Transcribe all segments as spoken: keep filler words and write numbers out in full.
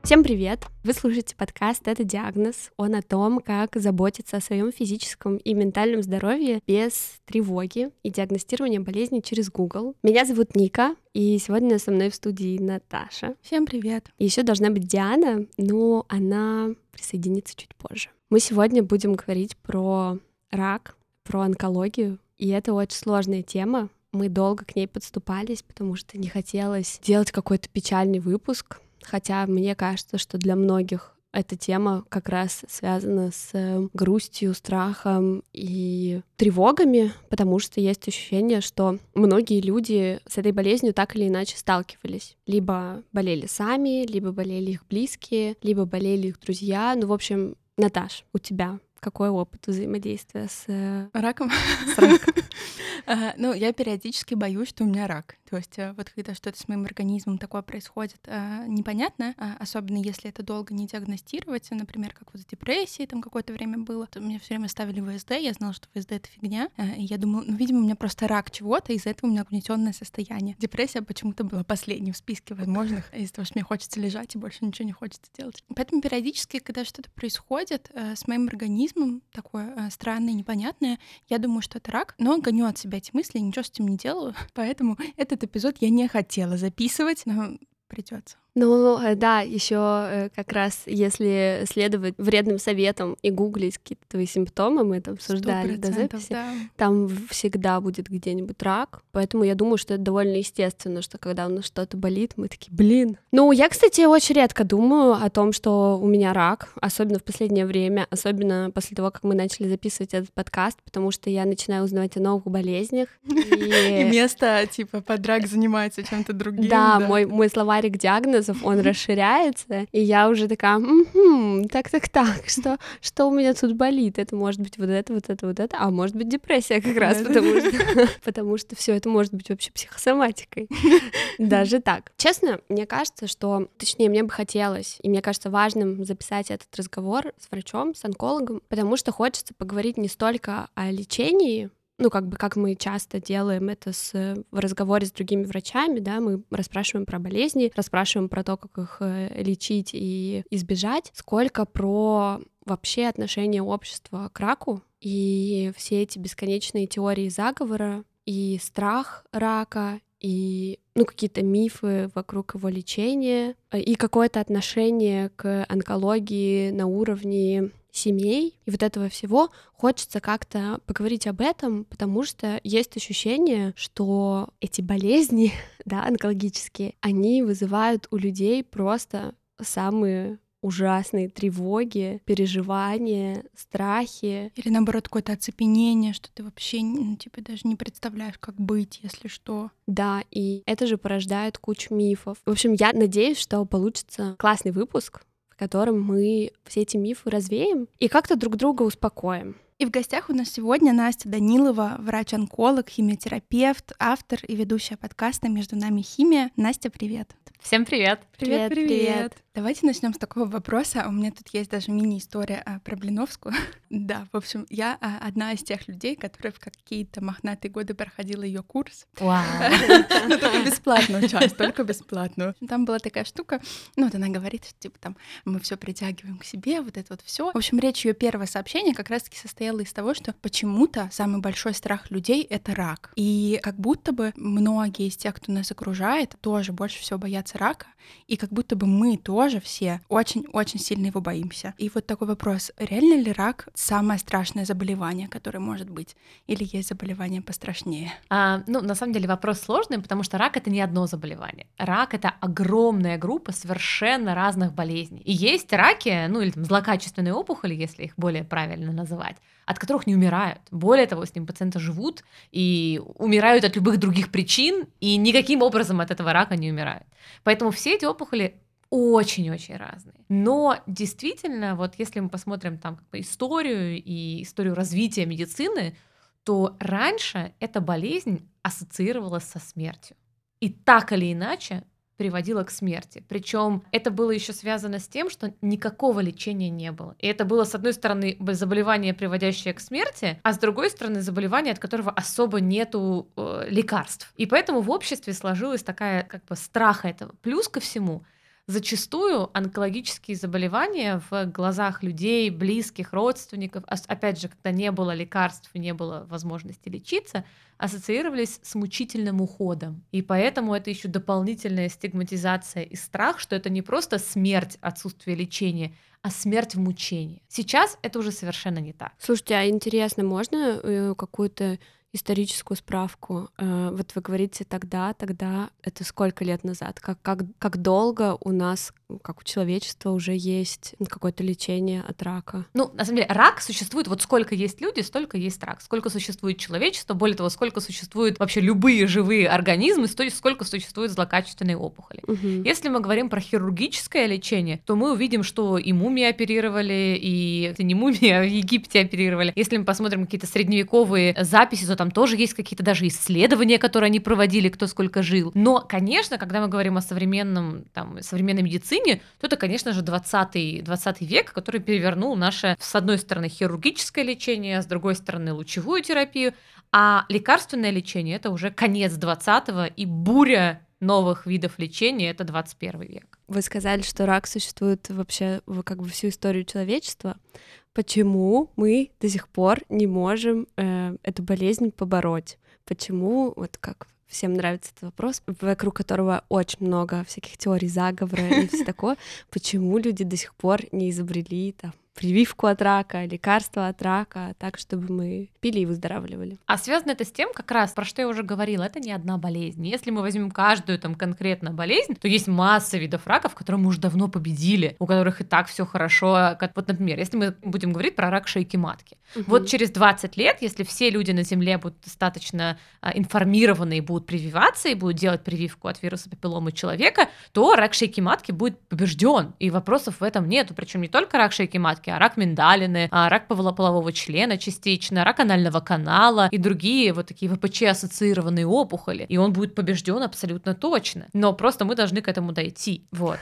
Всем привет! Вы слушаете подкаст «Это диагноз». Он о том, как заботиться о своем физическом и ментальном здоровье без тревоги и диагностирования болезней через Google. Меня зовут Ника, и сегодня со мной в студии Наташа. Всем привет! И еще должна быть Диана, но она присоединится чуть позже. Мы сегодня будем говорить про рак, про онкологию, и это очень сложная тема. Мы долго к ней подступались, потому что не хотелось делать какой-то печальный выпуск. Хотя мне кажется, что для многих эта тема как раз связана с грустью, страхом и тревогами, потому что есть ощущение, что многие люди с этой болезнью так или иначе сталкивались. Либо болели сами, либо болели их близкие, либо болели их друзья. Ну, в общем, Наташ, у тебя какой опыт взаимодействия с раком? С раком? Uh, ну, я периодически боюсь, что у меня рак. То есть uh, вот когда что-то с моим организмом такое происходит, uh, непонятно, uh, особенно если это долго не диагностировать, например, как вот с депрессией там какое-то время было, то мне все время ставили ВСД, я знала, что ВСД — это фигня, uh, и я думала, ну, видимо, у меня просто рак чего-то, из-за этого у меня угнетённое состояние. Депрессия почему-то была последней в списке возможных, из-за того, что мне хочется лежать и больше ничего не хочется делать. Поэтому периодически, когда что-то происходит uh, с моим организмом, такое uh, странное, непонятное, я думаю, что это рак, но гоню от себя эти мысли, ничего с этим не делаю. Поэтому этот эпизод я не хотела записывать, но придется. Ну да, еще как раз если следовать вредным советам и гуглить какие-то твои симптомы, мы это обсуждали до записи, да. там всегда будет где-нибудь рак, поэтому я думаю, что это довольно естественно, что когда у нас что-то болит, мы такие, блин. Ну, я, кстати, очень редко думаю о том, что у меня рак, особенно в последнее время, особенно после того, как мы начали записывать этот подкаст, потому что я начинаю узнавать о новых болезнях. И место, типа, под рак занимается чем-то другим. Да, мой словарик диагнозов, он расширяется, и я уже такая, угу, так-так-так, что, что у меня тут болит? Это может быть вот это, вот это, вот это, а может быть депрессия как раз, потому что, потому что все это может быть вообще психосоматикой. Даже так. Честно, мне кажется, что, точнее, мне бы хотелось, и мне кажется важным записать этот разговор с врачом, с онкологом, потому что хочется поговорить не столько о лечении, ну, как бы, как мы часто делаем это с, в разговоре с другими врачами, да, мы расспрашиваем про болезни, расспрашиваем про то, как их лечить и избежать, сколько про вообще отношение общества к раку и все эти бесконечные теории заговора и страх рака, и, ну, какие-то мифы вокруг его лечения, и какое-то отношение к онкологии на уровне семей, и вот этого всего хочется как-то поговорить об этом, потому что есть ощущение, что эти болезни, да, онкологические, они вызывают у людей просто самые ужасные тревоги, переживания, страхи. Или, наоборот, какое-то оцепенение, что ты вообще, ну, типа, даже не представляешь, как быть, если что. Да, и это же порождает кучу мифов. В общем, я надеюсь, что получится классный выпуск, в котором мы все эти мифы развеем и как-то друг друга успокоим. И в гостях у нас сегодня Настя Данилова, врач-онколог, химиотерапевт, автор и ведущая подкаста «Между нами химия». Настя, привет! Всем привет! Привет, привет! привет. Давайте начнем с такого вопроса. У меня тут есть даже мини-история а, про Блиновскую. Да, в общем, я а, одна из тех людей, которая в какие-то мохнатые годы проходила ее курс. Вау! Но только бесплатную часть, только бесплатную. Там была такая штука, ну вот она говорит, что типа там мы все притягиваем к себе, вот это вот все. В общем, речь ее первое сообщение как раз-таки состояло из того, что почему-то самый большой страх людей — это рак. И как будто бы многие из тех, кто нас окружает, тоже больше всего боятся рака, и как будто бы мы тоже все очень-очень сильно его боимся. И вот такой вопрос: реально ли рак самое страшное заболевание, которое может быть? Или есть заболевания пострашнее? А, ну, на самом деле вопрос сложный, потому что рак — это не одно заболевание. Рак — это огромная группа совершенно разных болезней. И есть раки, ну или там злокачественные опухоли, если их более правильно называть, от которых не умирают. Более того, с ним пациенты живут и умирают от любых других причин, и никаким образом от этого рака не умирают. Поэтому все эти опухоли очень-очень разные. Но действительно, вот если мы посмотрим там как бы историю и историю развития медицины, то раньше эта болезнь ассоциировалась со смертью. И так или иначе приводила к смерти. Причем это было еще связано с тем, что никакого лечения не было. И это было, с одной стороны, заболевание, приводящее к смерти, а с другой стороны, заболевание, от которого особо нету э, лекарств. И поэтому в обществе сложилась такая как бы страх этого. Плюс ко всему, Зачастую онкологические заболевания в глазах людей, близких, родственников, опять же, когда не было лекарств, не было возможности лечиться, ассоциировались с мучительным уходом. И поэтому это еще дополнительная стигматизация и страх, что это не просто смерть, отсутствие лечения, а смерть в мучении. Сейчас это уже совершенно не так. Слушайте, а интересно, можно э, какую-то историческую справку? Э, вот вы говорите тогда, тогда, это сколько лет назад? Как, как, как долго у нас, как у человечества, уже есть какое-то лечение от рака? Ну, на самом деле, рак существует, вот сколько есть люди, столько есть рак. Сколько существует человечество, более того, сколько существует вообще любые живые организмы, сколько существует злокачественные опухоли. Угу. Если мы говорим про хирургическое лечение, то мы увидим, что и мумии оперировали, и не мумии, а в Египте оперировали. Если мы посмотрим какие-то средневековые записи, то там тоже есть какие-то даже исследования, которые они проводили, кто сколько жил. Но, конечно, когда мы говорим о современном, там, современной медицине, то это, конечно же, двадцатый век, который перевернул наше, с одной стороны, хирургическое лечение, с другой стороны, лучевую терапию, а лекарственное лечение — это уже конец двадцатого и буря новых видов лечения — это двадцать первый век. Вы сказали, что рак существует вообще как бы всю историю человечества. Почему мы до сих пор не можем э, эту болезнь побороть? Почему, вот как всем нравится этот вопрос, вокруг которого очень много всяких теорий заговора и все такое, почему люди до сих пор не изобрели там прививку от рака, лекарства от рака, так, чтобы мы пили и выздоравливали. А связано это с тем, как раз, про что я уже говорила, это не одна болезнь. Если мы возьмем каждую там конкретно болезнь, то есть масса видов раков, которые мы уже давно победили, у которых и так все хорошо. Как, вот, например, если мы будем говорить про рак шейки матки. Угу. Вот через двадцать лет, если все люди на Земле будут достаточно а, информированы и будут прививаться, и будут делать прививку от вируса папилломы человека, то рак шейки матки будет побежден. И вопросов в этом нету. Причем не только рак шейки матки, а рак миндалины, а рак полового члена частично, рак анального канала и другие вот такие вэ пэ че-ассоциированные опухоли. И он будет побежден абсолютно точно. Но просто мы должны к этому дойти. Вот.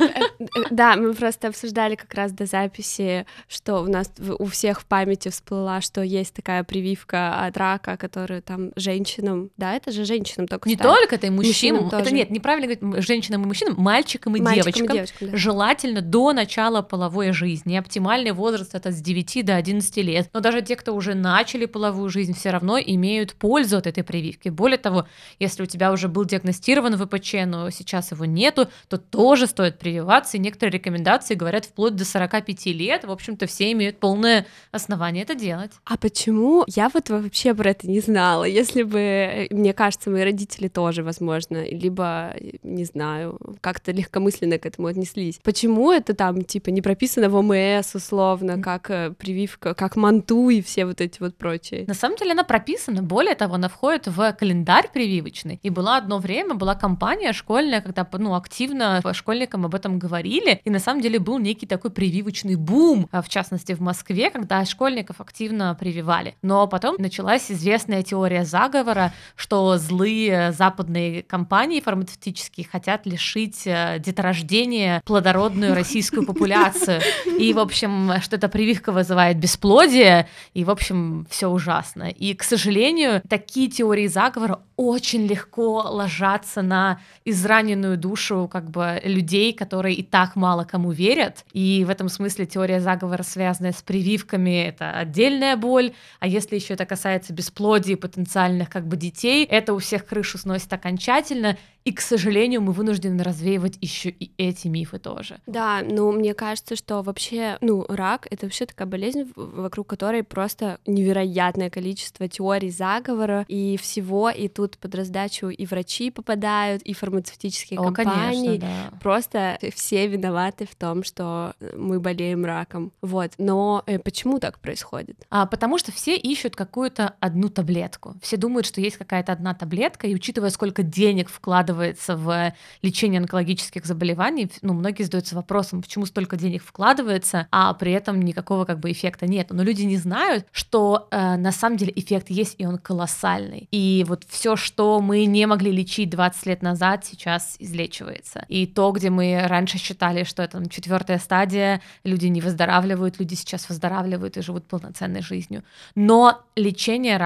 Да, мы просто обсуждали как раз до записи, что у нас у всех в памяти всплыла, что есть такая прививка от рака, которую там женщинам, да, это же женщинам только не ставят. только это и мужчинам, мужчинам это нет, неправильно говорить женщинам и мужчинам, мальчикам и мальчикам девочкам, и девочкам да. Желательно до начала половой жизни. Оптимальный возраст — это с девяти до одиннадцати лет. Но даже те, кто уже начали половую жизнь, все равно имеют пользу от этой прививки. Более того, если у тебя уже был диагностирован вэ пэ че, но сейчас его нету, то тоже стоит прививаться, и некоторые рекомендации говорят вплоть до сорока пяти лет. В общем-то, все имеют полное основание это делать. А почему? Я вот вообще про это не знала. Если бы, мне кажется, мои родители тоже, возможно, либо, не знаю, как-то легкомысленно к этому отнеслись. Почему это там, типа, не прописано в о эм эс, условно, как прививка, как манту и все вот эти вот прочие? На самом деле она прописана. Более того, она входит в календарь прививочный. И была одно время, была кампания школьная, когда, ну, активно школьникам об этом говорили. И на самом деле был некий такой прививочный бум, в частности, в Москве, когда школьников активно прививали. Но потом началась известная теория заговора, что злые западные компании фармацевтические хотят лишить деторождения плодородную российскую популяцию. И, в общем, что эта прививка вызывает бесплодие, и, в общем, все ужасно. И, к сожалению, такие теории заговора очень легко ложатся на израненную душу как бы людей, которые и так мало кому верят. И в этом смысле теория заговора, связанная с прививками, это отдельная боль. А если еще это касается бесплодия потенциальных как бы детей, это у всех крышу сносит окончательно. И, к сожалению, мы вынуждены развеивать еще и эти мифы тоже. Да, ну, мне кажется, что вообще, ну, рак — это вообще такая болезнь, вокруг которой просто невероятное количество теорий заговора и всего, и тут под раздачу и врачи попадают, и фармацевтические О, компании. конечно, да. Просто все виноваты в том, что мы болеем раком. Вот. Но э, почему так происходит? А, потому что все ищут какую-то одну таблетку. Все думают, что есть какая-то одна таблетка, и учитывая, сколько денег вкладывается в лечение онкологических заболеваний, ну, многие задаются вопросом, почему столько денег вкладывается, а при этом никакого как бы эффекта нет. Но люди не знают, что э, на самом деле эффект есть, и он колоссальный. И вот все, что мы не могли лечить двадцать лет назад, сейчас излечивается. И то, где мы раньше считали, что это четвертая стадия, люди не выздоравливают, люди сейчас выздоравливают и живут полноценной жизнью. Но лечение рака — это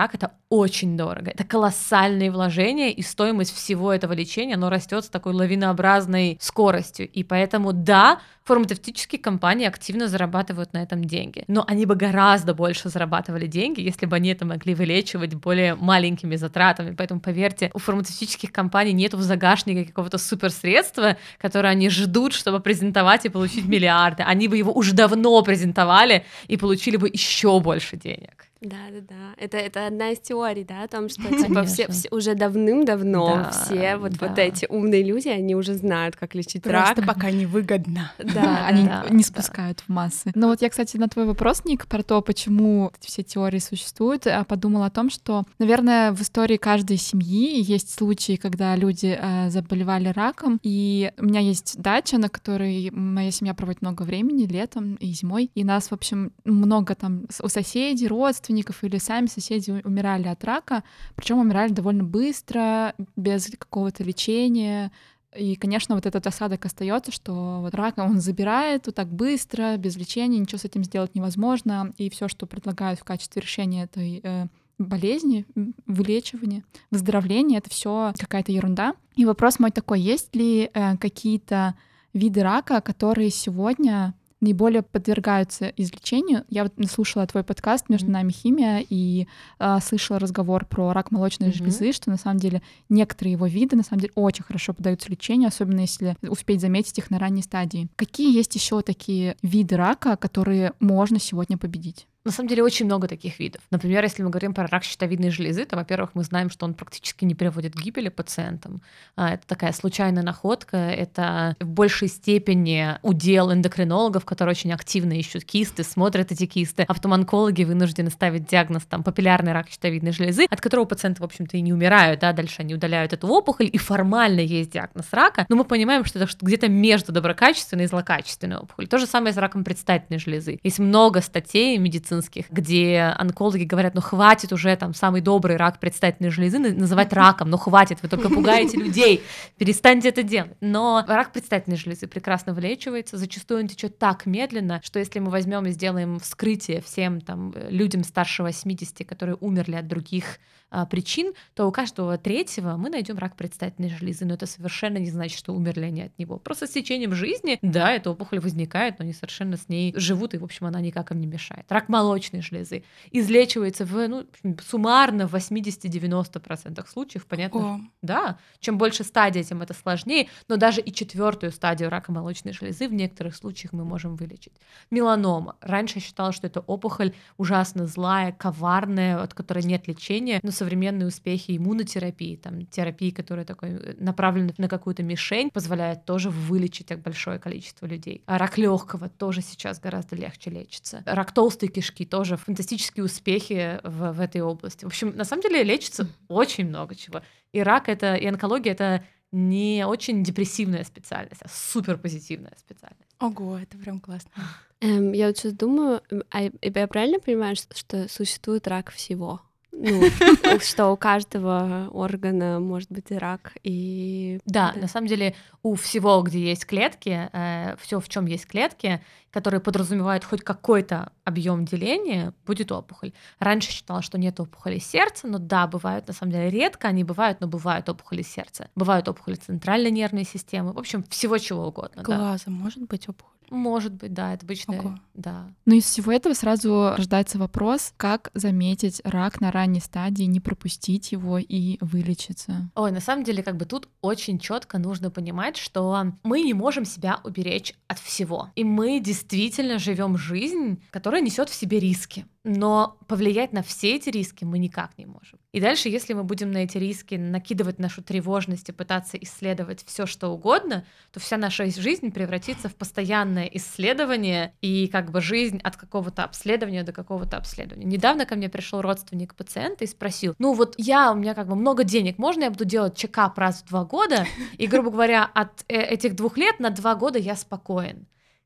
очень дорого. Это колоссальные вложения, и стоимость всего этого лечения, оно растет с такой лавинообразной скоростью. И поэтому, да, фармацевтические компании активно зарабатывают на этом деньги. Но они бы гораздо больше зарабатывали деньги, если бы они это могли вылечивать более маленькими затратами. Поэтому, поверьте, у фармацевтических компаний нет в загашнике какого-то суперсредства, которое они ждут, чтобы презентовать и получить миллиарды. Они бы его уже давно презентовали и получили бы еще больше денег. Да, да, да. Это, это одна из теорий, да, о том, что типа все, все уже давным-давно Да, все вот, да. вот эти умные люди, они уже знают, как лечить Просто рак. пока невыгодно. Да, Они да, не да. спускают в массы. Но вот я, кстати, на твой вопрос, Ник, про то, почему эти все теории существуют, а, подумала о том, что, наверное, в истории каждой семьи есть случаи, когда люди э, заболевали раком, и у меня есть дача, на которой моя семья проводит много времени летом и зимой, и нас, в общем, много там с- у соседей, родственников или сами соседи у- умирали от рака, причем умирали довольно быстро, без какого-то лечения. И, конечно, вот этот осадок остается, что вот рак он забирает вот так быстро, без лечения, ничего с этим сделать невозможно, и все, что предлагают в качестве решения этой э, болезни, м, вылечивания, выздоровления, это все какая-то ерунда. И вопрос мой такой: есть ли э, какие-то виды рака, которые сегодня наиболее подвергаются излечению? Я вот слушала твой подкаст «Между Мгм. нами химия» и э, слышала разговор про рак молочной Мгм. железы, что на самом деле некоторые его виды на самом деле очень хорошо поддаются лечению, особенно если успеть заметить их на ранней стадии. Какие есть еще такие виды рака, которые можно сегодня победить? На самом деле очень много таких видов. Например, если мы говорим про рак щитовидной железы, то, во-первых, мы знаем, что он практически не приводит к гибели пациентам. А, Это такая случайная находка, это в большей степени удел эндокринологов, которые очень активно ищут кисты, смотрят эти кисты, а потом онкологи вынуждены ставить диагноз там папиллярный рак щитовидной железы, от которого пациенты, в общем-то, и не умирают, да, дальше они удаляют эту опухоль, и формально есть диагноз рака, но мы понимаем, что это где-то между доброкачественной и злокачественной опухолью. То же самое с раком предстательной железы. Есть много статей медицинских, где онкологи говорят: ну хватит уже там самый добрый рак предстательной железы на- называть раком, ну хватит, вы только пугаете людей, перестаньте это делать. Но рак предстательной железы прекрасно вылечивается, зачастую он течет так медленно, что если мы возьмем и сделаем вскрытие всем там людям старше восьмидесяти, которые умерли от других а, причин, то у каждого третьего мы найдем рак предстательной железы, но это совершенно не значит, что умерли они от него. Просто с течением жизни, да, эта опухоль возникает, но они совершенно с ней живут, и, в общем, она никак им не мешает. Рак молочной железы излечивается в, ну, суммарно в восемьдесят-девяносто процентов случаев, понятно, О, да, чем больше стадий, тем это сложнее, но даже и четвертую стадию рака молочной железы в некоторых случаях мы можем вылечить. Меланома. Раньше я считала, что это опухоль ужасно злая, коварная, от которой нет лечения, но современные успехи иммунотерапии, там, терапии, которая такой направлена на какую-то мишень, позволяет тоже вылечить так большое количество людей. А рак легкого тоже сейчас гораздо легче лечится. Рак толстой кишки тоже фантастические успехи в, в этой области. В общем, на самом деле лечится очень много чего. И рак это, и онкология это не очень депрессивная специальность, а супер позитивная специальность. ого, это прям классно. Эм, я вот сейчас думаю, м, а я я правильно понимаю, что, что существует рак всего? Ну, что у каждого органа может быть и рак, и... Да, на самом деле у всего, где есть клетки, все, в чем есть клетки, которые подразумевают хоть какой-то объем деления, будет опухоль. Раньше считала, что нет опухолей сердца, но да, бывают, на самом деле редко они бывают, но бывают опухоли сердца. Бывают опухоли центральной нервной системы, в общем, всего чего угодно. Да. Глазом может быть опухоль? Может быть, да, это обычно, Ого. да. Но из всего этого сразу рождается вопрос, как заметить рак на ранней стадии, не пропустить его и вылечиться. Ой, на самом деле, как бы тут очень четко нужно понимать, что мы не можем себя уберечь от всего. И мы действительно живем жизнь, которая несет в себе риски. Но повлиять на все эти риски мы никак не можем. И дальше, если мы будем на эти риски накидывать нашу тревожность и пытаться исследовать все, что угодно, то вся наша жизнь превратится в постоянное исследование и как бы жизнь от какого-то обследования до какого-то обследования. Недавно ко мне пришел родственник пациента и спросил: ну вот я, у меня как бы много денег, можно я буду делать чекап раз в два года? И, грубо говоря, от э, этих двух лет на два года я спокоен. К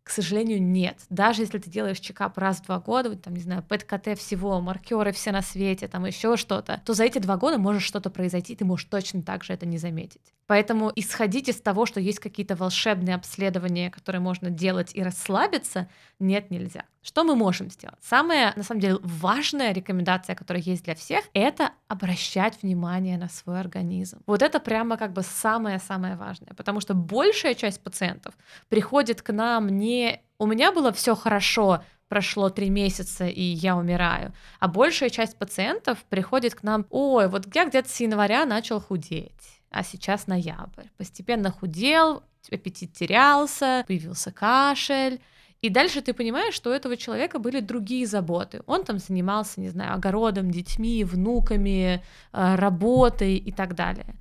К сожалению, нет. Даже если ты делаешь чекап раз в два года, там, не знаю, ПЭТ-КТ всего, маркеры все на свете, там еще что-то, то за эти два года может что-то произойти, ты можешь точно так же это не заметить. Поэтому исходить из того, что есть какие-то волшебные обследования, которые можно делать и расслабиться, нет, нельзя. Что мы можем сделать? Самая, на самом деле, важная рекомендация, которая есть для всех, это обращать внимание на свой организм. Вот это прямо как бы самое-самое важное, потому что большая часть пациентов приходит к нам не «у меня было все хорошо», прошло три месяца, и я умираю. А большая часть пациентов приходит к нам, ой, вот я где-то с января начал худеть, а сейчас ноябрь. Постепенно худел, аппетит терялся, появился кашель. И дальше ты понимаешь, что у этого человека были другие заботы. Он там занимался, не знаю, огородом, детьми, внуками, работой и так далее.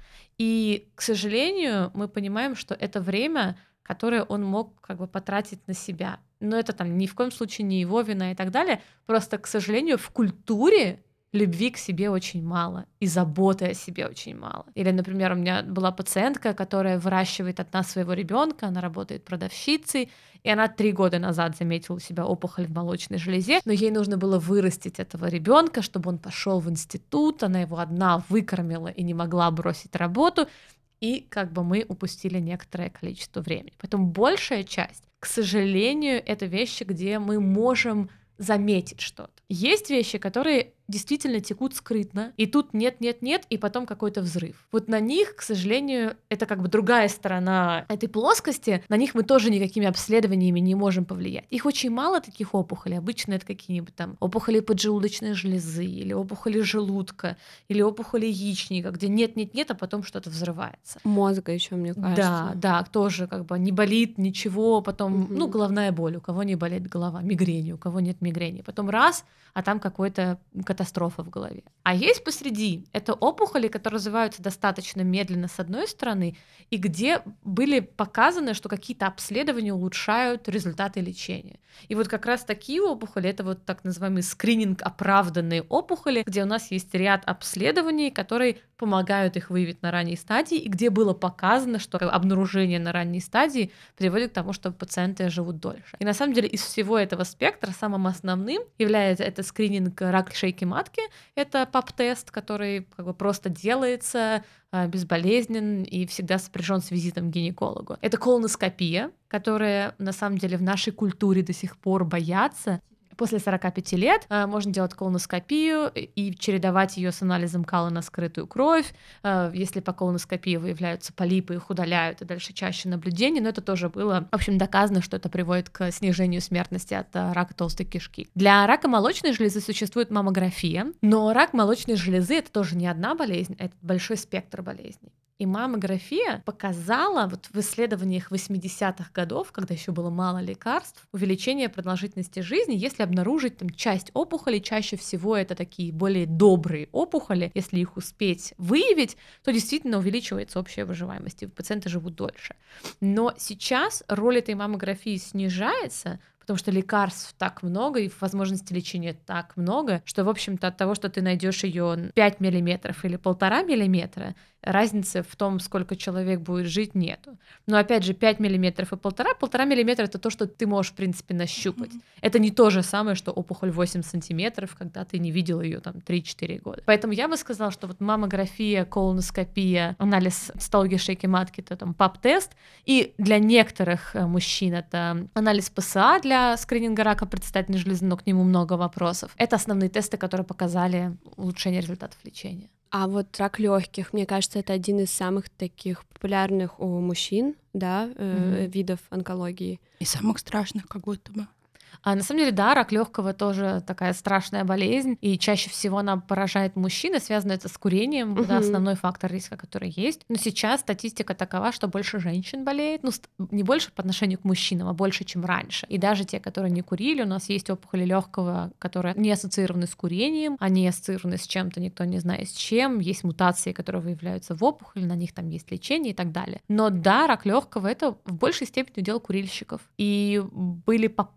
И, к сожалению, мы понимаем, что это время, которое он мог как бы потратить на себя. Но это там ни в коем случае не его вина и так далее. Просто, к сожалению, в культуре любви к себе очень мало и заботы о себе очень мало. Или, например, у меня была пациентка, которая выращивает одна своего ребенка, она работает продавщицей, и она три года назад заметила у себя опухоль в молочной железе, но ей нужно было вырастить этого ребенка, чтобы он пошел в институт, она его одна выкормила и не могла бросить работу, и как бы мы упустили некоторое количество времени. Поэтому большая часть, к сожалению, это вещи, где мы можем заметить что-то. Есть вещи, которые действительно текут скрытно, и тут нет-нет-нет, и потом какой-то взрыв. Вот на них, к сожалению, это как бы другая сторона этой плоскости, на них мы тоже никакими обследованиями не можем повлиять. Их очень мало, таких опухолей, обычно это какие-нибудь там опухоли поджелудочной железы, или опухоли желудка, или опухоли яичника, где нет-нет-нет, а потом что-то взрывается. Мозга еще, мне кажется. Да, да, тоже как бы не болит ничего, потом, Мгм. ну, головная боль, у кого не болит голова, мигрень, у кого нет мигрени, потом раз, а там какой-то катастрофа в голове. А есть посреди, это опухоли, которые развиваются достаточно медленно с одной стороны, и где были показаны, что какие-то обследования улучшают результаты лечения. И вот как раз такие опухоли, это вот так называемый скрининг оправданные опухоли, где у нас есть ряд обследований, которые помогают их выявить на ранней стадии, и где было показано, что обнаружение на ранней стадии приводит к тому, что пациенты живут дольше. И на самом деле из всего этого спектра самым основным является это скрининг рак шейки матки, это пап-тест, который как бы просто делается, безболезнен и всегда сопряжен с визитом к гинекологу. Это колоноскопия, которая на самом деле в нашей культуре до сих пор боятся. После сорока пяти лет э, можно делать колоноскопию и чередовать ее с анализом кала на скрытую кровь. Э, если по колоноскопии выявляются полипы, их удаляют, и дальше чаще наблюдений, но это тоже было, в общем, доказано, что это приводит к снижению смертности от э, рака толстой кишки. Для рака молочной железы существует маммография, но рак молочной железы — это тоже не одна болезнь, это большой спектр болезней. И маммография показала вот в исследованиях восьмидесятых годов, когда еще было мало лекарств, увеличение продолжительности жизни, если обнаружить там часть опухолей, чаще всего это такие более добрые опухоли, если их успеть выявить, то действительно увеличивается общая выживаемость, и пациенты живут дольше. Но сейчас роль этой маммографии снижается, потому что лекарств так много и возможностей лечения так много, что, в общем-то, от того, что ты найдешь ее пять миллиметров или полтора миллиметра, разницы в том, сколько человек будет жить, нету. Но, опять же, пять миллиметров и полтора, полтора миллиметра — это то, что ты можешь, в принципе, нащупать. Mm-hmm. Это не то же самое, что опухоль восемь сантиметров, когда ты не видел ее там три-четыре года. Поэтому я бы сказала, что вот маммография, колоноскопия, анализ цитологии шейки матки — это там пап-тест, и для некоторых мужчин это анализ ПСА для скрининга рака предстательной железы, но к нему много вопросов. Это основные тесты, которые показали улучшение результатов лечения. А вот рак легких, мне кажется, это один из самых таких популярных у мужчин, да, э, mm-hmm. видов онкологии. И самых страшных, как будто бы. А на самом деле, да, рак легкого тоже такая страшная болезнь, и чаще всего она поражает мужчин, и связано это с курением, uh-huh. да, основной фактор риска, который есть. Но сейчас статистика такова, что больше женщин болеет, ну, не больше по отношению к мужчинам, а больше, чем раньше. И даже те, которые не курили, у нас есть опухоли легкого, которые не ассоциированы с курением, они ассоциированы с чем-то, никто не знает с чем, есть мутации, которые выявляются в опухоли, на них там есть лечение и так далее. Но да, рак легкого — это в большей степени удел курильщиков. И были попытки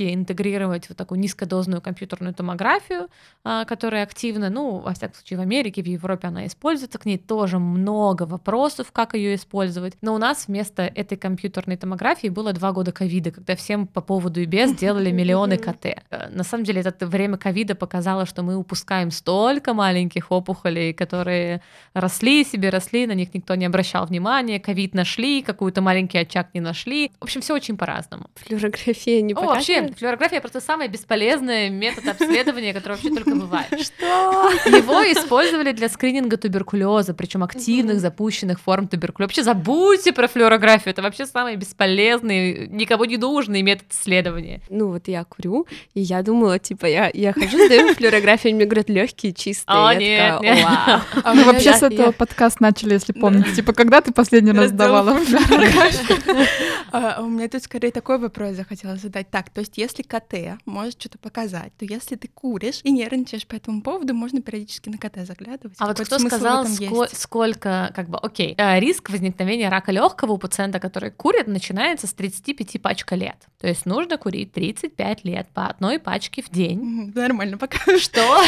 периодически интегрировать вот такую низкодозную компьютерную томографию, которая активна, ну, во всяком случае, в Америке, в Европе она используется, к ней тоже много вопросов, как ее использовать. Но у нас вместо этой компьютерной томографии было два года ковида, когда всем по поводу и без делали миллионы КТ. На самом деле, это время ковида показало, что мы упускаем столько маленьких опухолей, которые росли себе, росли, на них никто не обращал внимания, ковид нашли, какой-то маленький очаг не нашли. В общем, все очень по-разному. Флюорография не О, показывает? вообще, флюорография просто самый бесполезный метод обследования, который вообще только бывает. Что? Его использовали для скрининга туберкулеза, причем активных запущенных форм туберкулеза. Вообще забудьте про флюорографию, это вообще самый бесполезный, никому не нужный метод исследования. Ну вот я курю, и я думала, типа, я, я хожу, сдаю флюорографию, мне говорят, легкие, чистые. О, я нет, такая, нет. вау. А Мы у меня- вообще с я- этого я- подкаст начали, если помните. Типа, когда ты последний раз сдавала флюорографию? А, У меня тут скорее такой вопрос захотела задать. Так, то есть если КТ может что-то показать, то если ты куришь и нервничаешь по этому поводу, можно периодически на КТ заглядывать. А вот Какой-то кто смысл в сказал, этом ско- есть? сколько, как бы, окей, э, риск возникновения рака легкого у пациента, который курит, начинается с тридцати пяти пачка лет. То есть нужно курить тридцать пять лет по одной пачке в день. Мгм, Нормально пока. Что?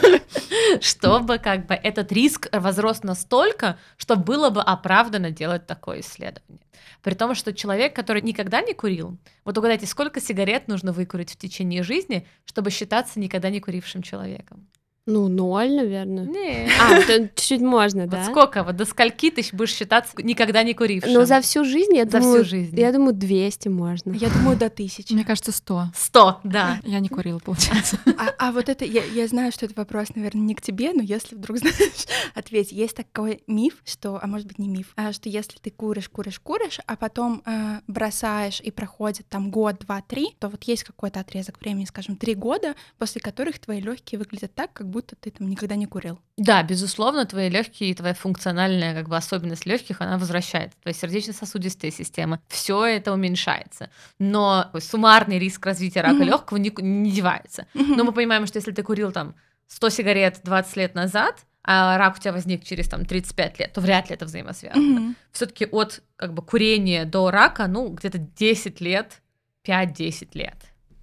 Чтобы как бы этот риск возрос настолько, что было бы оправдано делать такое исследование. При том, что человек, который никогда не курил, вот угадайте, сколько сигарет нужно выкурить в течение жизни, чтобы считаться никогда не курившим человеком? Ну, ноль, наверное. Не. А, то чуть-чуть можно, Вот да? сколько? Вот до скольки ты будешь считаться никогда не курившим? Ну, за всю жизнь, я За думаю, всю жизнь. я думаю, двести можно. Я думаю, до тысячи. Мне кажется, сто. Сто, да. Я не курила, получается. А, а вот это, я, я знаю, что это вопрос, наверное, не к тебе, но если вдруг знаешь, ответь. Есть такой миф, что, а может быть не миф, а, что если ты куришь, куришь, куришь, а потом а, бросаешь и проходит там год, два, три, то вот есть какой-то отрезок времени, скажем, три года, после которых твои легкие выглядят так, как будто ты там никогда не курил. Да, безусловно, твои легкие и твоя функциональная как бы особенность легких, она возвращается. Твоя сердечно-сосудистая система, все это уменьшается. Но суммарный риск развития рака Мгм. легкого не, не девается. Но мы понимаем, что если ты курил там сто сигарет двадцать лет назад, а рак у тебя возник через там тридцать пять лет, то вряд ли это взаимосвязано. Мгм. Все-таки от как бы курения до рака, ну, где-то десять лет, пять-десять лет.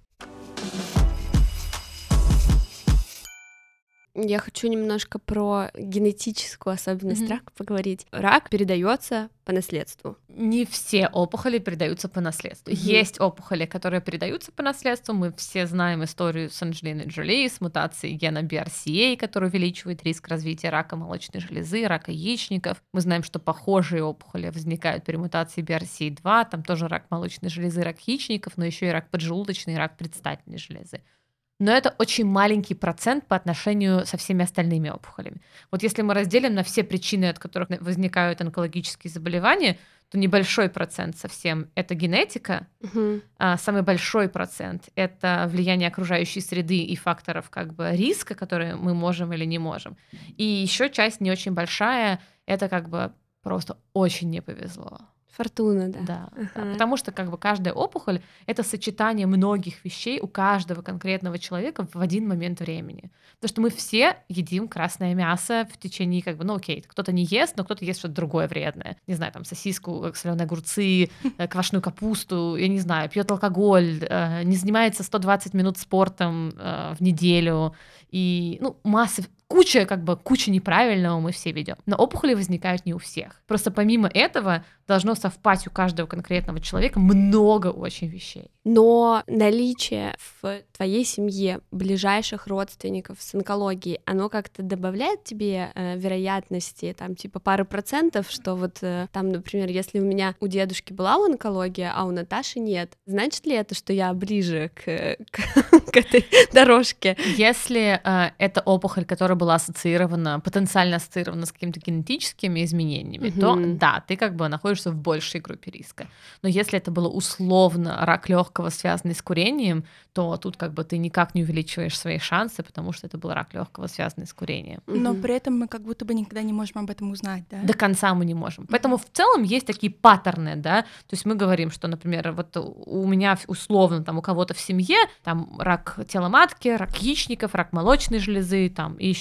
Я хочу немножко про генетическую особенность Мгм. рака поговорить. Рак передается по наследству. Не все опухоли передаются по наследству. Мгм. Есть опухоли, которые передаются по наследству. Мы все знаем историю с Анджелиной Джоли, с мутацией гена би ар си эй, который увеличивает риск развития рака молочной железы, рака яичников. Мы знаем, что похожие опухоли возникают при мутации би ар си эй два, там тоже рак молочной железы, рак яичников, но еще и рак поджелудочной, и рак предстательной железы. Но это очень маленький процент по отношению со всеми остальными опухолями. Вот если мы разделим на все причины, от которых возникают онкологические заболевания, то небольшой процент совсем — это генетика, Мгм. а самый большой процент — это влияние окружающей среды и факторов как бы риска, которые мы можем или не можем. И еще часть не очень большая — это как бы просто очень не повезло. Фортуна, да. Да, да. Ага. Потому что как бы каждая опухоль — это сочетание многих вещей у каждого конкретного человека в один момент времени. Потому что мы все едим красное мясо в течение, как бы, ну окей, кто-то не ест, но кто-то ест что-то другое вредное. Не знаю, там сосиску, соленые огурцы, э, квашеную капусту, я не знаю, пьет алкоголь, э, не занимается сто двадцать минут спортом э, в неделю. И, ну, масса, куча, как бы, куча неправильного мы все ведем. Но опухоли возникают не у всех. Просто помимо этого должно совпасть у каждого конкретного человека много очень вещей. Но наличие в твоей семье ближайших родственников с онкологией, оно как-то добавляет тебе э, вероятности, там, типа, пары процентов, что вот э, там, например, если у меня у дедушки была онкология, а у Наташи нет, значит ли это, что я ближе к, к, к этой дорожке? Если э, это опухоль, которая была ассоциирована, потенциально ассоциирована с какими-то генетическими изменениями, Мгм. то да, ты как бы находишься в большей группе риска. Но если это было условно рак легкого, связанный с курением, то тут как бы ты никак не увеличиваешь свои шансы, потому что это был рак легкого, связанный с курением. Но Мгм. при этом мы как будто бы никогда не можем об этом узнать, да? До конца мы не можем. Поэтому в целом есть такие паттерны, да, то есть мы говорим, что, например, вот у меня условно там у кого-то в семье там рак тела матки, рак яичников, рак молочной железы, там и еще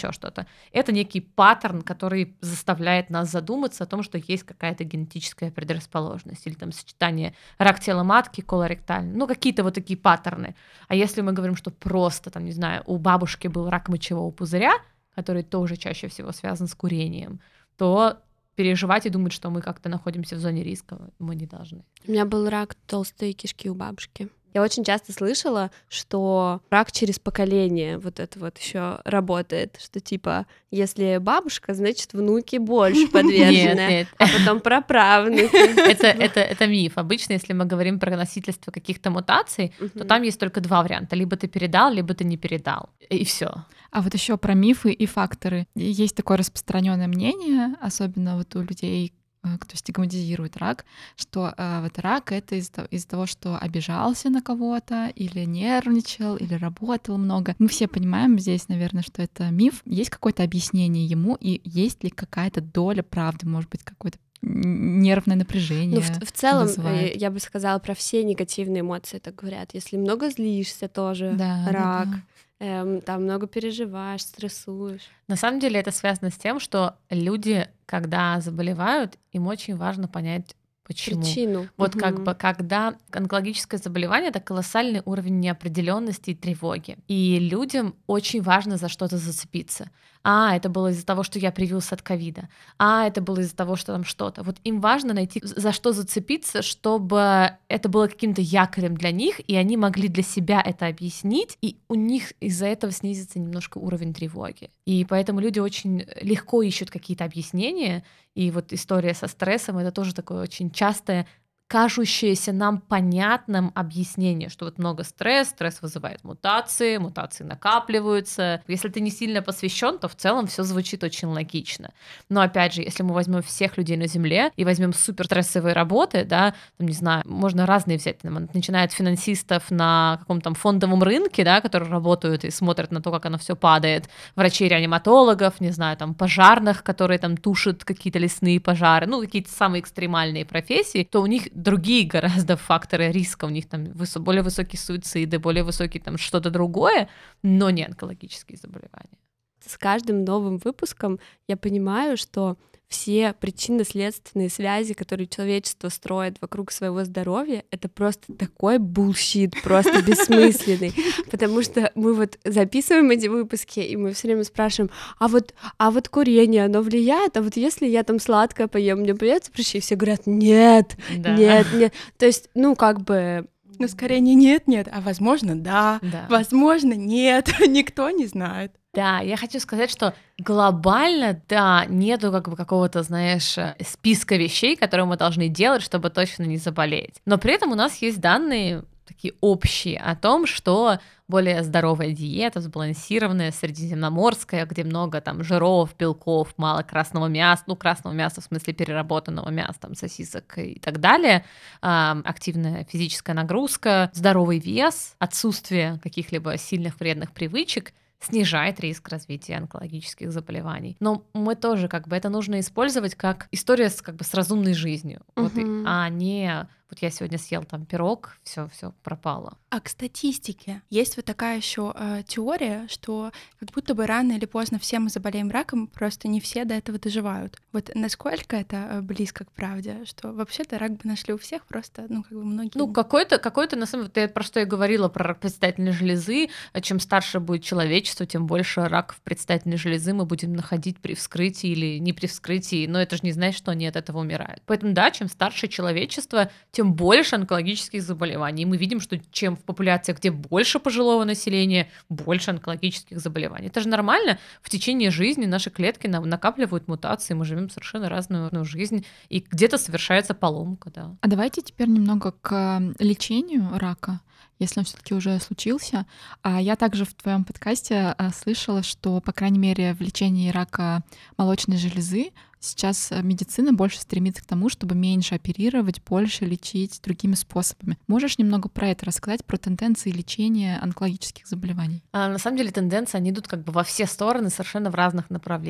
еще что-то. Это некий паттерн, который заставляет нас задуматься о том, что есть какая-то генетическая предрасположенность или там сочетание рак тела матки, колоректальный, ну какие-то вот такие паттерны. А если мы говорим, что просто, там, не знаю, у бабушки был рак мочевого пузыря, который тоже чаще всего связан с курением, то переживать и думать, что мы как-то находимся в зоне риска, мы не должны. У меня был рак толстой кишки у бабушки. Я очень часто слышала, что рак через поколение вот это вот еще работает, что типа, если бабушка, значит, внуки больше подвержены, Нет, нет. а потом праправнуки. Это, это, это миф. Обычно, если мы говорим про носительство каких-то мутаций, то там есть только два варианта. Либо ты передал, либо ты не передал. И все. А вот еще про мифы и факторы. Есть такое распространенное мнение, особенно вот у людей, кто стигматизирует рак, что э, вот рак — это из-за, из-за того, что обижался на кого-то, или нервничал, или работал много. Мы все понимаем здесь, наверное, что это миф. Есть какое-то объяснение ему, и есть ли какая-то доля правды, может быть, какое-то нервное напряжение. Ну, в, в целом, вызывает. я бы сказала, про все негативные эмоции так говорят. Если много злишься, тоже Да, рак. да, да. Эм, там много переживаешь, стрессуешь. На самом деле это связано с тем, что люди, когда заболевают, им очень важно понять, почему. Причину. Вот как Мгм. бы когда онкологическое заболевание — это колоссальный уровень неопределенности и тревоги. И людям очень важно за что-то зацепиться. А, это было из-за того, что я привился от ковида. А, это было из-за того, что там что-то. Вот им важно найти, за что зацепиться, чтобы это было каким-то якорем для них, и они могли для себя это объяснить, и у них из-за этого снизится немножко уровень тревоги. И поэтому люди очень легко ищут какие-то объяснения, и вот история со стрессом — это тоже такое очень частое, кажущееся нам понятным объяснение, что вот много стресса, стресс вызывает мутации, мутации накапливаются. Если ты не сильно посвящен, то в целом все звучит очень логично. Но опять же, если мы возьмем всех людей на Земле и возьмем супер стрессовые работы, да, там, не знаю, можно разные взять, там, начиная от финансистов на каком-то там фондовом рынке, да, которые работают и смотрят на то, как оно все падает, врачей-реаниматологов, не знаю, там, пожарных, которые там тушат какие-то лесные пожары, ну, какие-то самые экстремальные профессии, то у них другие гораздо факторы риска, у них там высо- более высокие суициды, более высокие там что-то другое, но не онкологические заболевания. С каждым новым выпуском я понимаю, что все причинно-следственные связи, которые человечество строит вокруг своего здоровья, это просто такой булщит, просто бессмысленный. Потому что мы вот записываем эти выпуски, и мы все время спрашиваем, а вот, а вот курение, оно влияет? А вот если я там сладкое поем, мне придется прийти? И все говорят, нет, Да. нет, нет. То есть, ну, как бы... Ну, скорее не нет-нет, а возможно, да, Да. возможно, нет, никто не знает. Да, я хочу сказать, что глобально, да, нету как бы какого-то, знаешь, списка вещей, которые мы должны делать, чтобы точно не заболеть. Но при этом у нас есть данные такие общие о том, что более здоровая диета, сбалансированная, средиземноморская, где много там жиров, белков, мало красного мяса, ну, красного мяса в смысле переработанного мяса, там, сосисок и так далее, а, активная физическая нагрузка, здоровый вес, отсутствие каких-либо сильных вредных привычек снижает риск развития онкологических заболеваний. Но мы тоже как бы это нужно использовать как история с, как бы, с разумной жизнью, вот, и- Мгм. а не вот я сегодня съел там пирог, все, все пропало. А к статистике есть вот такая еще э, теория, что как будто бы рано или поздно все мы заболеем раком, просто не все до этого доживают. Вот насколько это э, близко к правде, что вообще-то рак бы нашли у всех, просто, ну, как бы многие... Ну, какой-то, какой-то, на самом деле, про что я говорила, про рак предстательной железы. Чем старше будет человечество, тем больше раков предстательной железы мы будем находить при вскрытии или не при вскрытии, но это же не значит, что они от этого умирают. Поэтому, да, чем старше человечество, тем больше онкологических заболеваний. И мы видим, что чем в популяциях, где больше пожилого населения, больше онкологических заболеваний. Это же нормально. В течение жизни наши клетки нам накапливают мутации, мы живем совершенно разную разную жизнь, и где-то совершается поломка, да. А давайте теперь немного к лечению рака, если он все-таки уже случился. А я также в твоем подкасте а, слышала, что, по крайней мере, в лечении рака молочной железы сейчас медицина больше стремится к тому, чтобы меньше оперировать, больше лечить другими способами. Можешь немного про это рассказать, про тенденции лечения онкологических заболеваний? А на самом деле тенденции, они идут как бы во все стороны, совершенно в разных направлениях.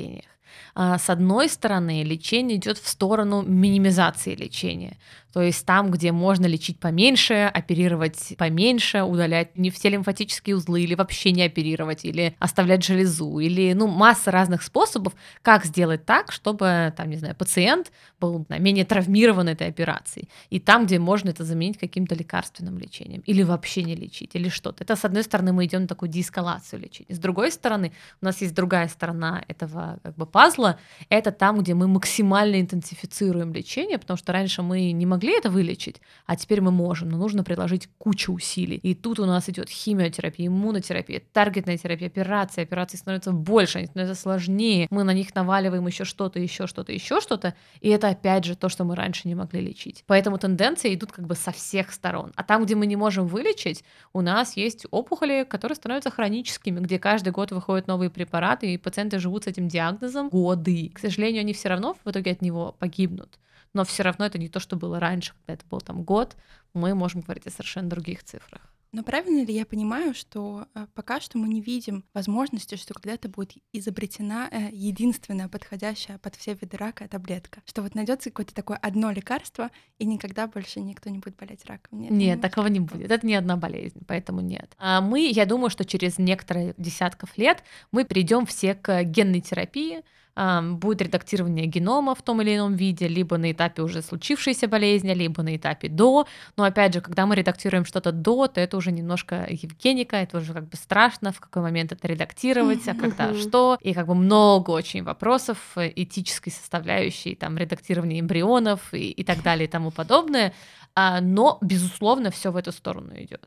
А, С одной стороны, лечение идет в сторону минимизации лечения. То есть там, где можно лечить поменьше, оперировать поменьше, удалять не все лимфатические узлы, или вообще не оперировать, или оставлять железу, или ну, масса разных способов, как сделать так, чтобы там, не знаю, пациент был не знаю, менее травмирован этой операцией. И там, где можно это заменить каким-то лекарственным лечением, или вообще не лечить, или что-то. Это, с одной стороны, мы идем на такую деэскалацию лечения. С другой стороны, у нас есть другая сторона этого как бы пазла, это там, где мы максимально интенсифицируем лечение, потому что раньше мы не могли это вылечить, а теперь мы можем, но нужно приложить кучу усилий. И тут у нас идет химиотерапия, иммунотерапия, таргетная терапия, операции. Операции становятся больше, они становятся сложнее. Мы на них наваливаем еще что-то, еще что-то, еще что-то. И это опять же то, что мы раньше не могли лечить. Поэтому тенденции идут как бы со всех сторон. А там, где мы не можем вылечить, у нас есть опухоли, которые становятся хроническими, где каждый год выходят новые препараты, и пациенты живут с этим диагнозом годы. К сожалению, они все равно в итоге от него погибнут. Но все равно это не то, что было раньше, когда это был там год. Мы можем говорить о совершенно других цифрах. Но правильно ли я понимаю, что э, пока что мы не видим возможности, что когда-то будет изобретена э, единственная подходящая под все виды рака таблетка? Что вот найдется какое-то такое одно лекарство, и никогда больше никто не будет болеть раком? Нет, нет такого не будет. Это не одна болезнь, поэтому нет. А мы, я думаю, что через некоторые десятков лет мы перейдем все к генной терапии, будет редактирование генома в том или ином виде, либо на этапе уже случившейся болезни, либо на этапе до. Но опять же, когда мы редактируем что-то до, то это уже немножко евгеника, это уже как бы страшно, в какой момент это редактировать, а когда что. И как бы много очень вопросов этической составляющей, там, редактирования эмбрионов и, и так далее и тому подобное. Но, безусловно, все в эту сторону идет.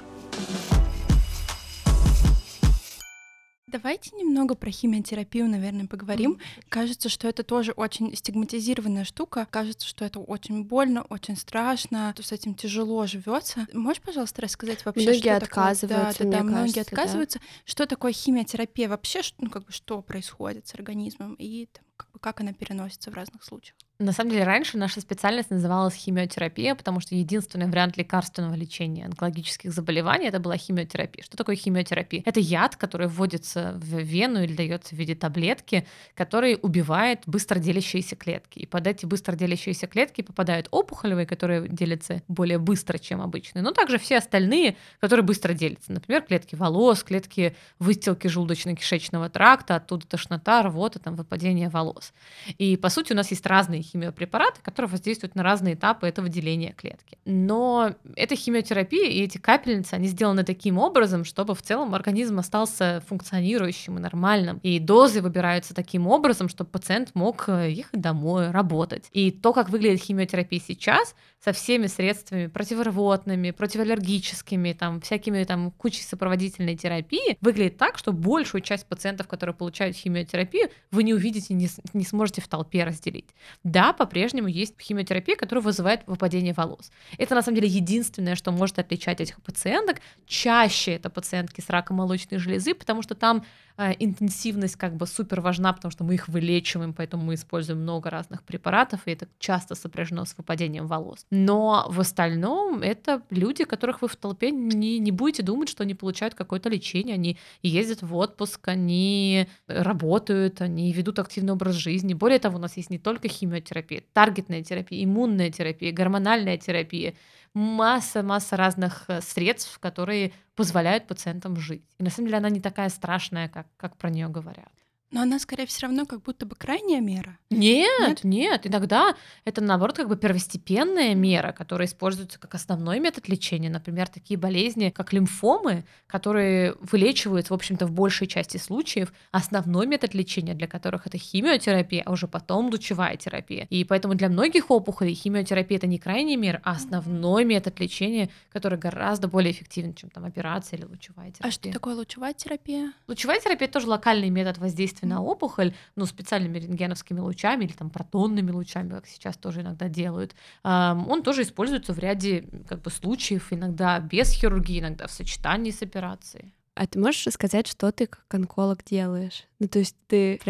Давайте немного про химиотерапию, наверное, поговорим. Mm-hmm. Кажется, что это тоже очень стигматизированная штука. Кажется, что это очень больно, очень страшно, что с этим тяжело живется. Можешь, пожалуйста, рассказать вообще, многие что отказываются, такое? Да, да, да, мне многие кажется, отказываются. Да. Что такое химиотерапия вообще? Ну, как бы, что происходит с организмом и там, как бы, как она переносится в разных случаях? На самом деле, раньше наша специальность называлась химиотерапия, потому что единственный вариант лекарственного лечения онкологических заболеваний — это была химиотерапия. Что такое химиотерапия? Это яд, который вводится в вену или дается в виде таблетки, который убивает быстро делящиеся клетки. И под эти быстро делящиеся клетки попадают опухолевые, которые делятся более быстро, чем обычные, но также все остальные, которые быстро делятся. Например, клетки волос, клетки выстилки желудочно-кишечного тракта, оттуда тошнота, рвота, там, выпадение волос. И, по сути, у нас есть разные химиопрепараты, которые воздействуют на разные этапы этого деления клетки. Но эта химиотерапия и эти капельницы, они сделаны таким образом, чтобы в целом организм остался функционирующим и нормальным. И дозы выбираются таким образом, чтобы пациент мог ехать домой, работать. И то, как выглядит химиотерапия сейчас, со всеми средствами противорвотными, противоаллергическими, там, всякими там кучей сопроводительной терапии, выглядит так, что большую часть пациентов, которые получают химиотерапию, вы не увидите, не, не сможете в толпе разделить. Да, по-прежнему есть химиотерапия, которая вызывает выпадение волос. Это, на самом деле, единственное, что может отличать этих пациенток. Чаще это пациентки с раком молочной железы, потому что там э, интенсивность как бы супер важна, потому что мы их вылечиваем, поэтому мы используем много разных препаратов, и это часто сопряжено с выпадением волос. Но в остальном это люди, которых вы в толпе не, не будете думать, что они получают какое-то лечение, они ездят в отпуск, они работают, они ведут активный образ жизни. Более того, у нас есть не только химиотерапия, таргетная терапия, иммунная терапия, гормональная терапия, масса-масса разных средств, которые позволяют пациентам жить. И на самом деле она не такая страшная, как, как про нее говорят. Но она, скорее, все равно как будто бы крайняя мера. Нет, нет, нет. Иногда это, наоборот, как бы первостепенная мера, которая используется как основной метод лечения. Например, такие болезни, как лимфомы, которые вылечиваются, в общем-то, в большей части случаев. Основной метод лечения для которых это химиотерапия, а уже потом лучевая терапия. И поэтому для многих опухолей химиотерапия — это не крайняя мера, а основной метод лечения, который гораздо более эффективен, чем там операция или лучевая терапия. А что такое лучевая терапия? Лучевая терапия — это тоже локальный метод воздействия на опухоль, ну, специальными рентгеновскими лучами или там протонными лучами, как сейчас тоже иногда делают. Он тоже используется в ряде как бы случаев, иногда без хирургии, иногда в сочетании с операцией. А ты можешь рассказать, что ты как онколог делаешь? Ну, то есть ты прям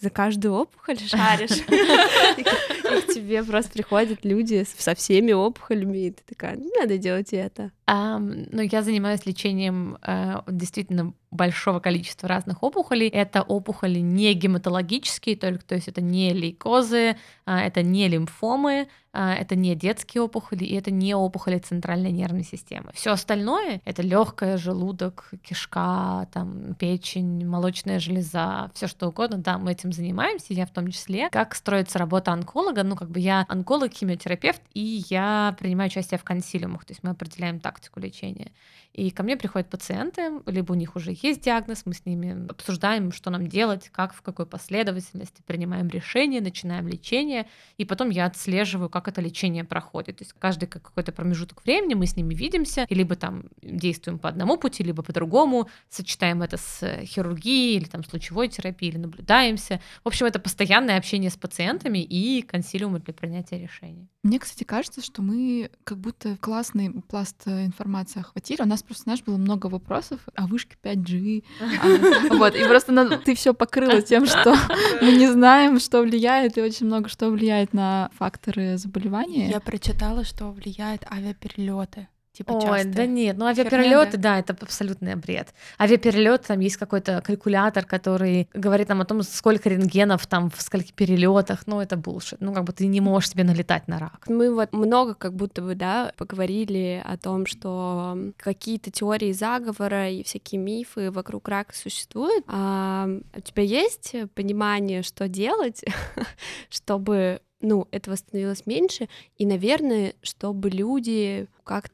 за каждую опухоль шаришь. И к тебе просто приходят люди со всеми опухолями, и ты такая: не надо делать это. Ну, я занимаюсь лечением действительно большого количества разных опухолей. Это опухоли не гематологические, только, то есть это не лейкозы, это не лимфомы, это не детские опухоли, и это не опухоли центральной нервной системы. Все остальное — это легкое, желудок, кишка, там, печень, молочная железа, все что угодно. Да, мы этим занимаемся, я в том числе. Как строится работа онколога? Ну, как бы я онколог, химиотерапевт, и я принимаю участие в консилиумах, то есть мы определяем тактику лечения. И ко мне приходят пациенты, либо у них уже есть диагноз, мы с ними обсуждаем, что нам делать, как, в какой последовательности, принимаем решение, начинаем лечение, и потом я отслеживаю, как это лечение проходит. То есть каждый какой-то промежуток времени мы с ними видимся, и либо там действуем по одному пути, либо по другому, сочетаем это с хирургией или там с лучевой терапией, или наблюдаемся. В общем, это постоянное общение с пациентами и консилиумы для принятия решений. Мне, кстати, кажется, что мы как будто классный пласт информации охватили. У нас просто, знаешь, было много вопросов о вышке пять джи. Вот, и просто ты все покрыла тем, что мы не знаем, что влияет, и очень много что влияет на факторы заболевания. Я прочитала, что влияет авиаперелеты. Типа Ой, частые. да нет, ну авиаперелеты, да? да, это абсолютный бред. Авиаперелет, там есть какой-то калькулятор, который говорит нам о том, сколько рентгенов там в скольких перелетах, ну это булшит, ну как бы ты не можешь себе налетать на рак. Мы вот много как будто бы, да, поговорили о том, что какие-то теории заговора и всякие мифы вокруг рака существуют. А у тебя есть понимание, что делать, чтобы ну, этого становилось меньше, и, наверное, чтобы люди как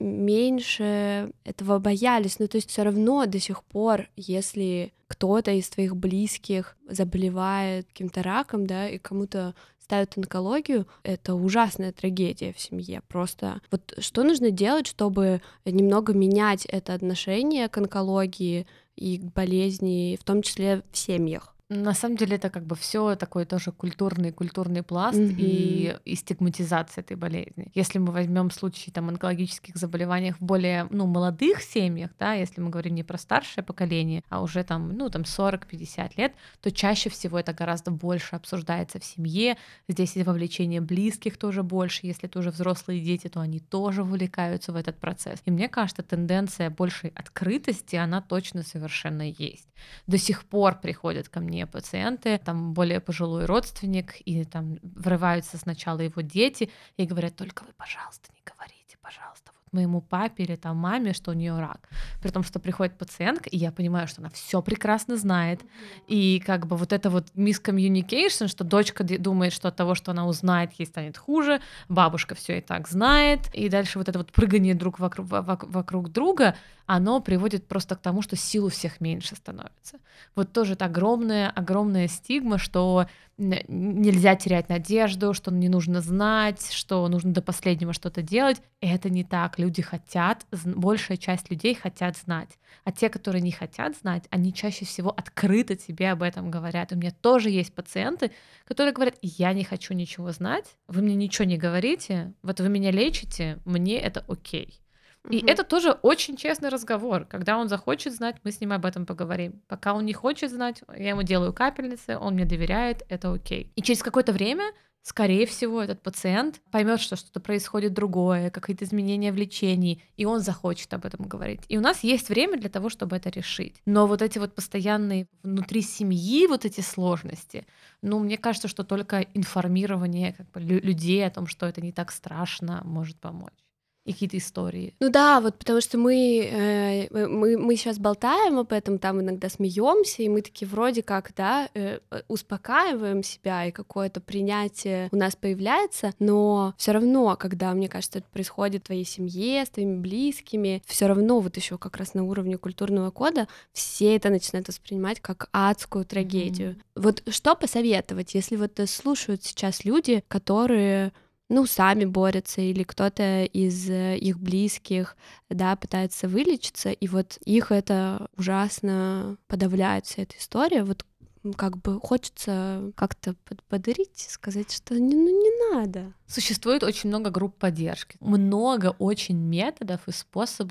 меньше этого боялись. Ну, то есть все равно до сих пор, если кто-то из твоих близких заболевает каким-то раком, да, и кому-то ставят онкологию, это ужасная трагедия в семье. Просто вот что нужно делать, чтобы немного менять это отношение к онкологии и к болезни, в том числе в семьях? На самом деле это как бы все такой тоже культурный культурный пласт Мгм. и, и стигматизация этой болезни. Если мы возьмем случаи там онкологических заболеваний в более ну, молодых семьях, да, если мы говорим не про старшее поколение, а уже там ну там сорок-пятьдесят лет, то чаще всего это гораздо больше обсуждается в семье. Здесь и вовлечение близких тоже больше. Если это уже взрослые дети, то они тоже вовлекаются в этот процесс. И мне кажется, тенденция большей открытости, она точно совершенно есть. До сих пор приходят ко мне пациенты, там более пожилой родственник, и там врываются сначала его дети и говорят: только вы, пожалуйста, не говорите, пожалуйста, вот моему папе или там маме, что у нее рак. При том, что приходит пациентка, и я понимаю, что она все прекрасно знает, и как бы вот это вот miscommunication, что дочка думает, что от того, что она узнает, ей станет хуже, бабушка все и так знает, и дальше вот это вот прыгание друг вокруг, вокруг друга, оно приводит просто к тому, что сил у всех меньше становится. Вот тоже это огромная, огромная стигма, что нельзя терять надежду, что не нужно знать, что нужно до последнего что-то делать. Это не так. Люди хотят, большая часть людей хотят знать. А те, которые не хотят знать, они чаще всего открыто тебе об этом говорят. У меня тоже есть пациенты, которые говорят: я не хочу ничего знать, вы мне ничего не говорите, вот вы меня лечите, мне это окей. И Мгм. это тоже очень честный разговор. Когда он захочет знать, мы с ним об этом поговорим. Пока он не хочет знать, я ему делаю капельницы, он мне доверяет, это окей. И через какое-то время, скорее всего, этот пациент поймет, что что-то происходит другое, какие-то изменения в лечении, и он захочет об этом говорить. И у нас есть время для того, чтобы это решить. Но вот эти вот постоянные внутри семьи вот эти сложности, ну, мне кажется, что только информирование как бы, лю- людей о том, что это не так страшно, может помочь. И какие-то истории. Ну да, вот потому что мы, э, мы, мы сейчас болтаем об этом, там иногда смеемся, и мы такие вроде как, да, э, успокаиваем себя, и какое-то принятие у нас появляется, но все равно, когда, мне кажется, это происходит в твоей семье, с твоими близкими, все равно вот еще как раз на уровне культурного кода все это начинают воспринимать как адскую трагедию. Mm-hmm. Вот что посоветовать, если вот слушают сейчас люди, которые ну, сами борются, или кто-то из их близких, да, пытается вылечиться, и вот их это ужасно подавляет, вся эта история, вот как бы хочется как-то подбодрить, сказать, что ну, не надо. Существует очень много групп поддержки, много очень методов и способов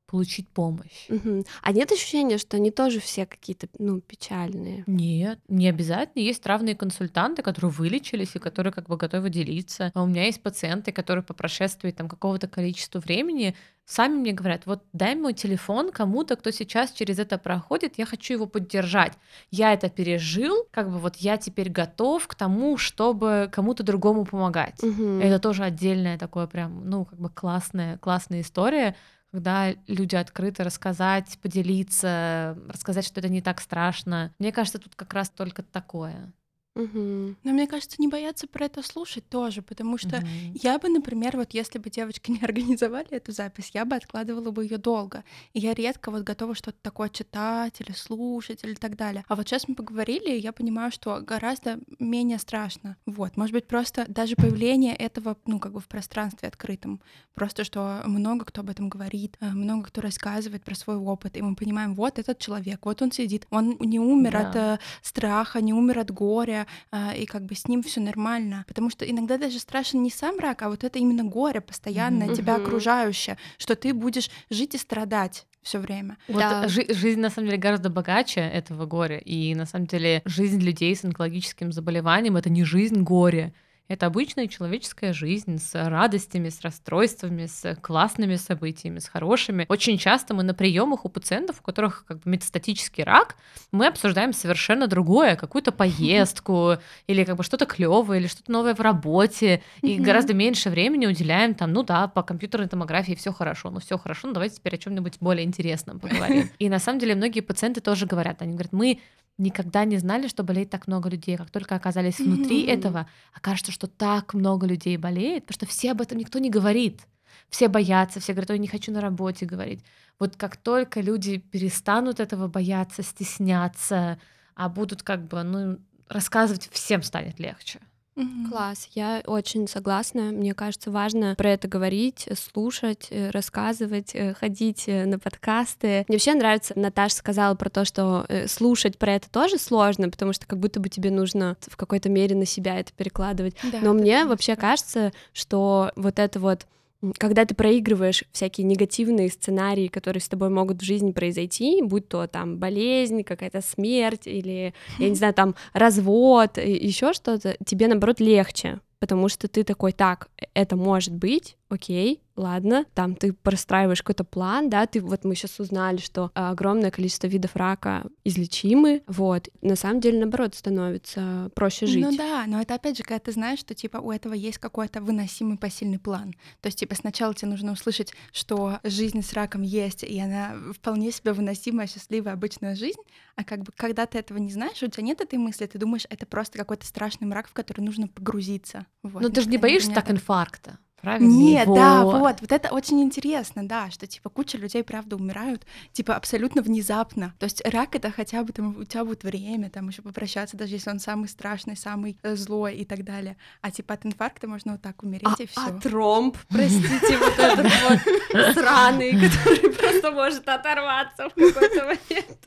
получить помощь. Мгм. А нет ощущения, что они тоже все какие-то, ну, печальные? Нет, не обязательно. Есть травные консультанты, которые вылечились и которые как бы готовы делиться. А у меня есть пациенты, которые по прошествии там какого-то количества времени сами мне говорят: вот дай мой телефон кому-то, кто сейчас через это проходит, я хочу его поддержать. Я это пережил, как бы вот я теперь готов к тому, чтобы кому-то другому помогать. Мгм. Это тоже отдельная такое прям, ну, как бы классная, классная история, когда люди открыты рассказать, поделиться, рассказать, что это не так страшно. Мне кажется, тут как раз только такое. Мгм. Но мне кажется, не бояться про это слушать тоже, потому что Мгм. я бы, например, вот если бы девочки не организовали эту запись, я бы откладывала бы ее долго. И я редко вот готова что-то такое читать или слушать или так далее. А вот сейчас мы поговорили, и я понимаю, что гораздо менее страшно. Вот, может быть, просто даже появление этого, ну, как бы в пространстве открытом. Просто, что много кто об этом говорит, э, много кто рассказывает про свой опыт, и мы понимаем, вот этот человек, вот он сидит, он не умер Да. от э, страха, не умер от горя, а, и как бы с ним все нормально. Потому что иногда даже страшен не сам рак, а вот это именно горе постоянное, Мгм. тебя Мгм. окружающее, что ты будешь жить и страдать все время. Вот Да. жи- жизнь на самом деле гораздо богаче этого горя, и на самом деле жизнь людей с онкологическим заболеванием — это не жизнь горя. Это обычная человеческая жизнь с радостями, с расстройствами, с классными событиями, с хорошими. Очень часто мы на приемах у пациентов, у которых как бы метастатический рак, мы обсуждаем совершенно другое, какую-то поездку или как бы что-то клевое, или что-то новое в работе, и Мгм. гораздо меньше времени уделяем там, ну да, по компьютерной томографии все хорошо, ну все хорошо, ну давайте теперь о чем-нибудь более интересном поговорим. И на самом деле многие пациенты тоже говорят, они говорят, мы никогда не знали, что болеет так много людей. Как только оказались внутри Мгм. этого, окажется, что так много людей болеет, потому что все об этом никто не говорит. Все боятся, все говорят: ой, не хочу на работе говорить. Вот как только люди перестанут этого бояться, стесняться, а будут как бы, ну, рассказывать, всем станет легче. Мгм. Класс, я очень согласна. Мне кажется, важно про это говорить, слушать, э, рассказывать, э, ходить э, на подкасты. Мне вообще нравится, Наташа сказала про то, что э, слушать про это тоже сложно, потому что как будто бы тебе нужно в какой-то мере на себя это перекладывать. Да, Но это мне точно. вообще кажется, что вот это вот, м, когда ты проигрываешь всякие негативные сценарии, которые с тобой могут в жизни произойти, будь то там болезнь, какая-то смерть или, я не знаю, там развод, еще что-то, тебе наоборот легче, потому что ты такой: так, это может быть, окей, ладно, там ты простраиваешь какой-то план, да, ты вот мы сейчас узнали, что а, огромное количество видов рака излечимы, вот, на самом деле, наоборот, становится проще жить. Ну да, но это опять же, когда ты знаешь, что типа у этого есть какой-то выносимый посильный план. То есть типа сначала тебе нужно услышать, что жизнь с раком есть, и она вполне себе выносимая, счастливая, обычная жизнь, а как бы когда ты этого не знаешь, у тебя нет этой мысли, ты думаешь, это просто какой-то страшный мрак, в который нужно погрузиться. Вот. Ну ты же не Например, боишься меня так так- инфаркта, правильно? Нет, Вот. да, вот, вот это очень интересно, да, что типа куча людей, правда, умирают, типа абсолютно внезапно. То есть рак — это хотя бы там у тебя будет время, там еще попрощаться, даже если он самый страшный, самый э, злой и так далее. А типа от инфаркта можно вот так умереть, А, и все. а тромб, простите, вот этот вот сраный, который просто может оторваться в какой-то момент.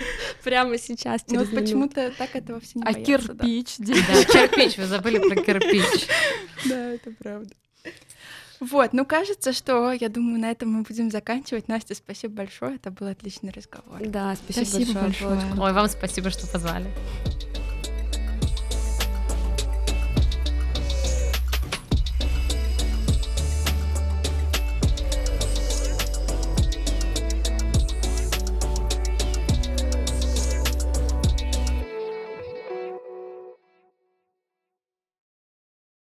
Прямо сейчас, Ну через вот минуту. почему-то так этого все не А боятся. да. кирпич, Да, кирпич, вы забыли про кирпич. Да, это правда. Вот, ну кажется, что, я думаю, на этом мы будем заканчивать. Настя, спасибо большое, это был отличный разговор. Да, спасибо, Спасибо большое. было очень большое. Ой, вам спасибо, что позвали.